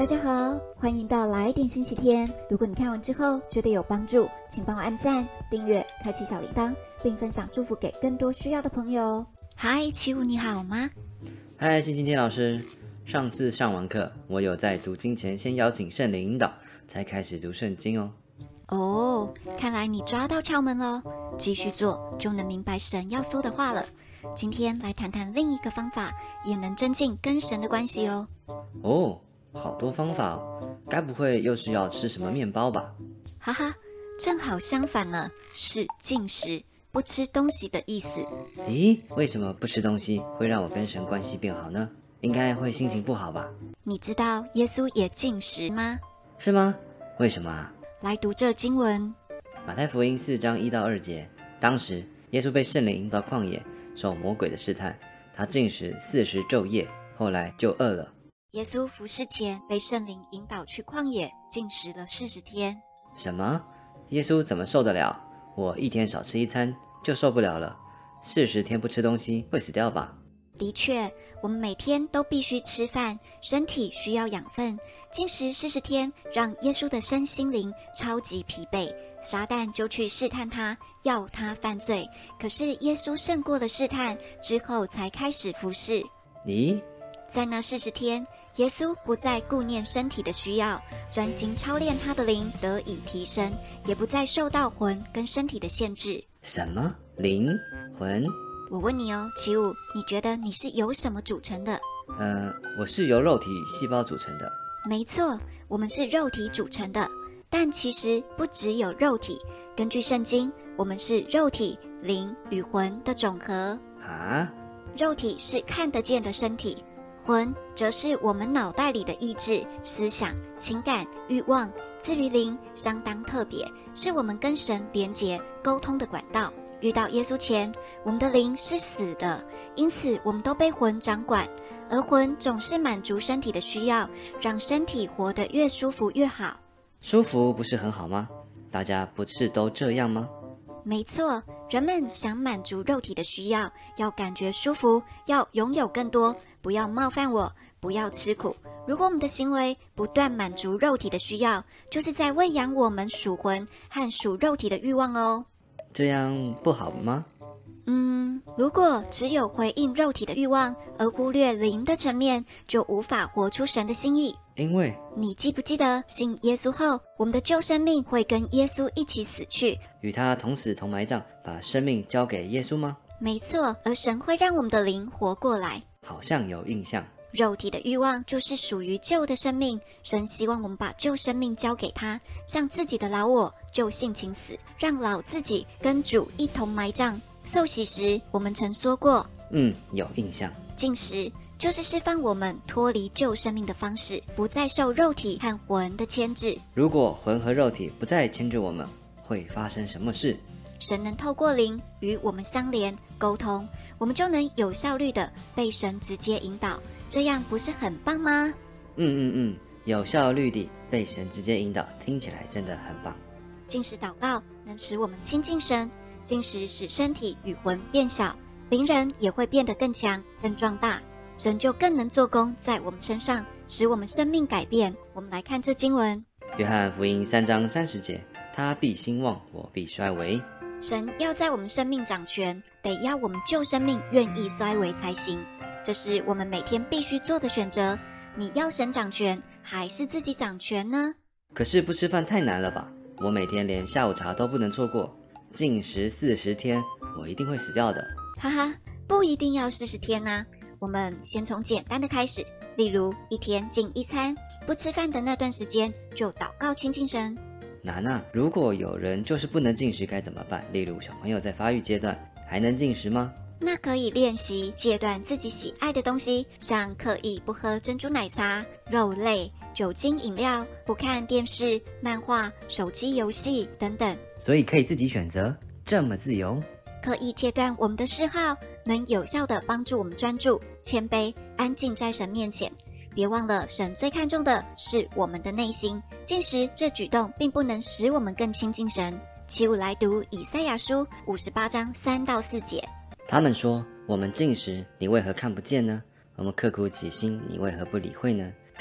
大家好，欢迎到来点星期天。如果你看完之后觉得有帮助，请帮我按赞、订阅、开启小铃铛，并分享祝福给更多需要的朋友。嗨，七五你好吗？ 嗨，星期天老师。上次上完课，我有在读经前先邀请圣灵引导，才开始读圣经哦。 看来你抓到窍门了，继续做就能明白神要说的话了。今天来谈谈另一个方法，也能增进跟神的关系哦。 好多方法哦，该不会又是要吃什么面包吧？ 哈哈，正好相反呢，是禁食，不吃东西的意思。 咦，为什么不吃东西会让我跟神关系变好呢？应该会心情不好吧？ 你知道耶稣也禁食吗？ 是吗？为什么啊？ 来读这经文， 马太福音4章1到2节。当时耶稣被圣灵引到旷野，受魔鬼的试探，他禁食40昼夜，后来就饿了。 耶稣服事前被圣灵引导去旷野禁食了40天。 什么？耶稣怎么受得了？我一天少吃一餐就受不了了，40天不吃东西会死掉吧？ 的确，我们每天都必须吃饭，身体需要养分。禁食40天，让耶稣的身心灵超级疲惫，撒旦就去试探他，要他犯罪。可是耶稣胜过了试探之后，才开始服侍。 咦？ 在那40天，耶稣不再顾念身体的需要，专心操练他的灵得以提升，也不再受到魂跟身体的限制。 什么？灵魂？ 我问你哦，齐武，你觉得你是由什么组成的？ 我是由肉体与细胞组成的。 没错，我们是肉体组成的，但其实不只有肉体。根据圣经，我们是肉体、灵与魂的总和。 啊？ 肉体是看得见的身体，魂则是我们脑袋里的意志、思想、情感、欲望。至于灵，相当特别，是我们跟神连结、沟通的管道。遇到耶稣前，我们的灵是死的，因此我们都被魂掌管，而魂总是满足身体的需要，让身体活得越舒服越好。 舒服不是很好吗？大家不是都这样吗？ 没错，人们想满足肉体的需要，要感觉舒服，要拥有更多，不要冒犯我，不要吃苦。如果我们的行为不断满足肉体的需要，就是在喂养我们属魂和属肉体的欲望哦。 这样不好吗？ 如果只有回应肉体的欲望，而忽略灵的层面，就无法活出神的心意。 因为你记不记得信耶稣后，我们的旧生命会跟耶稣一起死去， 与他同死同埋葬，把生命交给耶稣吗？ 没错，而神会让我们的灵活过来。 好像有印象。 肉体的欲望就是属于旧的生命，神希望我们把旧生命交给他，像自己的老我就性情死，让老自己跟主一同埋葬。受洗时我们曾说过， 有印象。 禁食就是释放我们脱离旧生命的方式，不再受肉体和魂的牵制。 如果魂和肉体不再牵制我们，会发生什么事？ 神能透过灵与我们相连沟通，我们就能有效率的被神直接引导，这样不是很棒吗？ 有效率地被神直接引导，听起来真的很棒。 禁食祷告能使我们亲近神，禁食使身体与魂变小，灵人也会变得更强更壮大，神就更能做工在我们身上，使我们生命改变。我们来看这经文， 约翰福音3章30节，他必兴旺，我必衰微。 神要在我们生命掌权，得要我们旧生命愿意衰微才行，这是我们每天必须做的选择。你要神掌权还是自己掌权呢？ 可是不吃饭太难了吧？我每天连下午茶都不能错过，禁食40天，我一定会死掉的。 哈哈，不一定要40天啊，我们先从简单的开始，例如一天禁一餐，不吃饭的那段时间就祷告亲近神。 难啊，如果有人就是不能进食该怎么办？例如小朋友在发育阶段，还能进食吗？ 那可以练习戒断自己喜爱的东西，像刻意不喝珍珠奶茶、肉类、酒精饮料，不看电视、漫画、手机游戏等等。 所以可以自己选择，这么自由。 刻意戒断我们的嗜好，能有效地帮助我们专注、谦卑、安静在神面前。别忘了，神最看重的是我们的内心。禁食这举动并不能使我们更亲近神。起舞来读以赛亚书58章3到4节。 他们说，我们禁食，你为何看不见呢？我们刻苦己心，你为何不理会呢？看哪，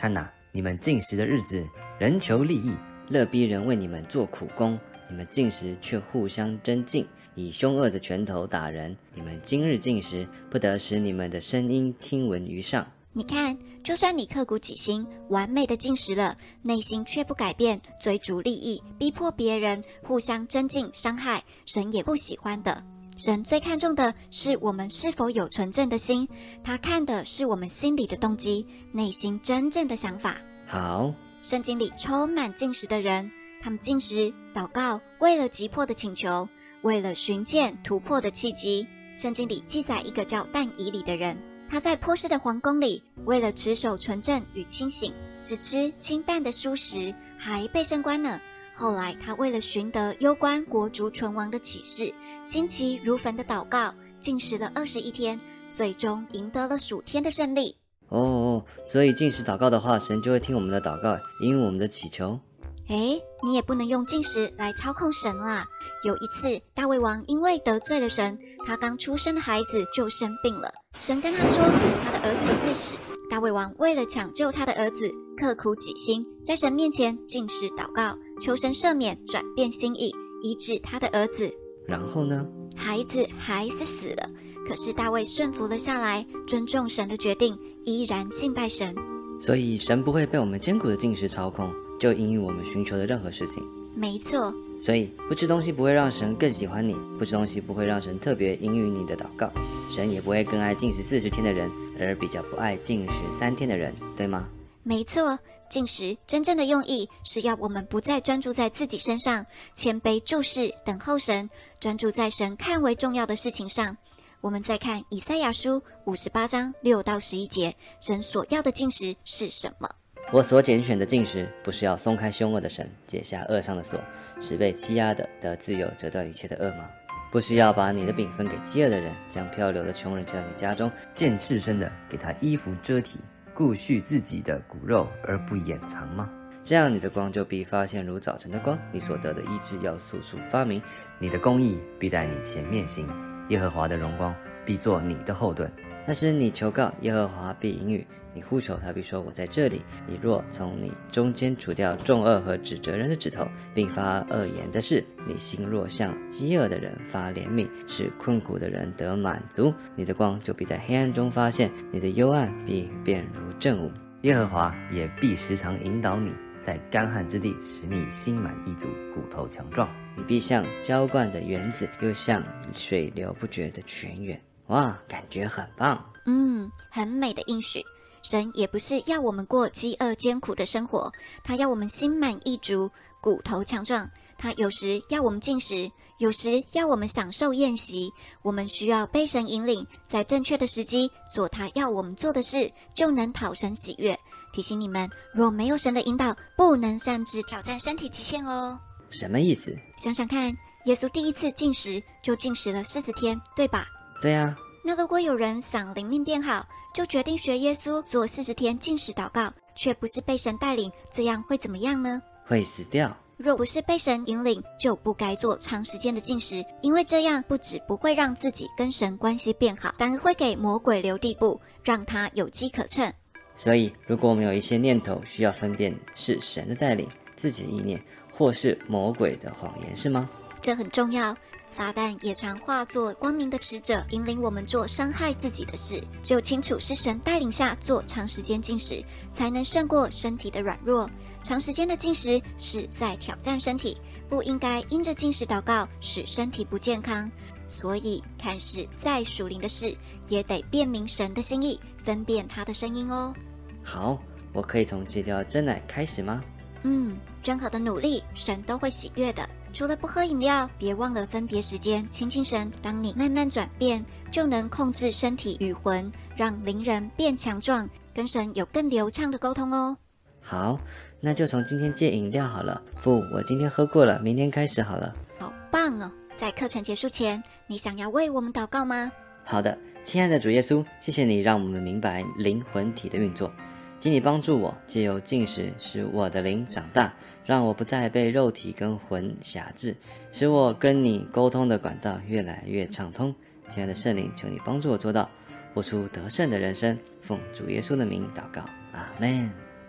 你们禁食的日子，人求利益， 勒逼人为你们做苦工，你们禁食却互相争竞，以凶恶的拳头打人。你们今日禁食，不得使你们的声音听闻于上。 你看，就算你刻骨己心，完美的进食了，内心却不改变，追逐利益，逼迫别人，互相争竞伤害，神也不喜欢的。神最看重的是我们是否有纯正的心，他看的是我们心里的动机，内心真正的想法。 好， 圣经里充满禁食的人，他们禁食祷告，为了急迫的请求，为了寻见突破的契机。圣经里记载一个叫但以理的人，他在波斯的皇宫里，为了持守纯正与清醒，只吃清淡的蔬食，还被升官了。后来他为了寻得攸关国族存亡的启示，心急如焚的祷告，禁食了21天，最终赢得了属天的胜利。 所以禁食祷告的话，神就会听我们的祷告，因我们的祈求。 你也不能用禁食来操控神啦。有一次，大卫王因为得罪了神，他刚出生的孩子就生病了。神跟他说，他的儿子会死。大卫王为了抢救他的儿子，刻苦己心，在神面前禁食祷告，求神赦免，转变心意，医治他的儿子。 然后呢？ 孩子还是死了，可是大卫顺服了下来，尊重神的决定，依然敬拜神。 所以神不会被我们艰苦的禁食操控，就因于我们寻求的任何事情。 没错。 所以不吃东西不会让神更喜欢你，不吃东西不会让神特别应允你的祷告，神也不会更爱禁食40天的人，而比较不爱禁食3天的人，对吗？ 没错，禁食真正的用意是要我们不再专注在自己身上，谦卑注视等候神，专注在神看为重要的事情上。我们再看以赛亚书58章6到11节，神所要的禁食是什么？ 我所拣选的禁食，不是要松开凶恶的绳，解下恶上的锁，使被欺压的得自由，折断一切的恶吗？不是要把你的饼分给饥饿的人，将漂流的穷人接到你家中， 见赤身的给他衣服遮体，顾恤自己的骨肉而不掩藏吗？ 这样你的光就必发现如早晨的光，你所得的医治要速速发明， 你的公义必在你前面行，耶和华的荣光必作你的后盾。 但是你求告耶和华必应允，你呼求他必说我在这里。你若从你中间除掉重恶和指责人的指头，并发恶言的事，你心若向饥饿的人发怜悯，使困苦的人得满足，你的光就必在黑暗中发现，你的幽暗必变如正午。 耶和华也必时常引导你，在干旱之地使你心满意足，骨头强壮。 你必像浇灌的园子，又像水流不绝的泉源。哇，感觉很棒。 很美的应许。神也不是要我们过饥饿艰苦的生活，他要我们心满意足，骨头强壮。他有时要我们进食，有时要我们享受宴席。我们需要被神引领，在正确的时机做他要我们做的事，就能讨神喜悦。提醒你们，若没有神的引导，不能擅自挑战身体极限哦。 什么意思？ 想想看，耶稣第一次进食就进食了40天，对吧？ 对啊。 那如果有人想灵命变好，就决定学耶稣做40天禁食祷告，却不是被神带领，这样会怎么样呢？ 会死掉。 若不是被神引领，就不该做长时间的禁食，因为这样不只不会让自己跟神关系变好，反而会给魔鬼留地步，让他有机可乘。 所以如果我们有一些念头需要分辨是神的带领，自己的意念，或是魔鬼的谎言，是吗？ 这很重要。撒旦也常化作光明的使者，引领我们做伤害自己的事。只有清楚是神带领下做长时间禁食，才能胜过身体的软弱。长时间的禁食是在挑战身体，不应该因着禁食祷告使身体不健康。所以看似再属灵的事，也得辨明神的心意，分辨他的声音哦。 好，我可以从戒掉真奶开始吗？ 任何的努力，神都会喜悦的。除了不喝饮料，别忘了分别时间亲近神。当你慢慢转变，就能控制身体与魂，让灵人变强壮，跟神有更流畅的沟通哦。 好，那就从今天戒饮料好了。不，我今天喝过了，明天开始好了。 好棒哦！在课程结束前，你想要为我们祷告吗？ 好的，亲爱的主耶稣，谢谢你让我们明白灵魂体的运作，请你帮助我，借由禁食使我的灵长大，让我不再被肉体跟魂辖制，使我跟你沟通的管道越来越畅通。亲爱的圣灵，求你帮助我做到，活出得胜的人生。奉主耶稣的名祷告，阿们。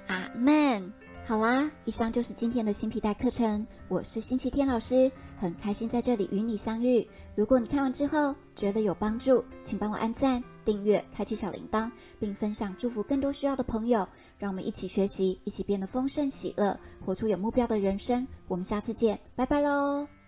阿们。好啦，以上就是今天的新皮带课程，我是星期天老师，很开心在这里与你相遇。如果你看完之后觉得有帮助，请帮我按赞、订阅、开启小铃铛，并分享祝福更多需要的朋友，让我们一起学习，一起变得丰盛喜乐，活出有目标的人生。我们下次见，拜拜喽。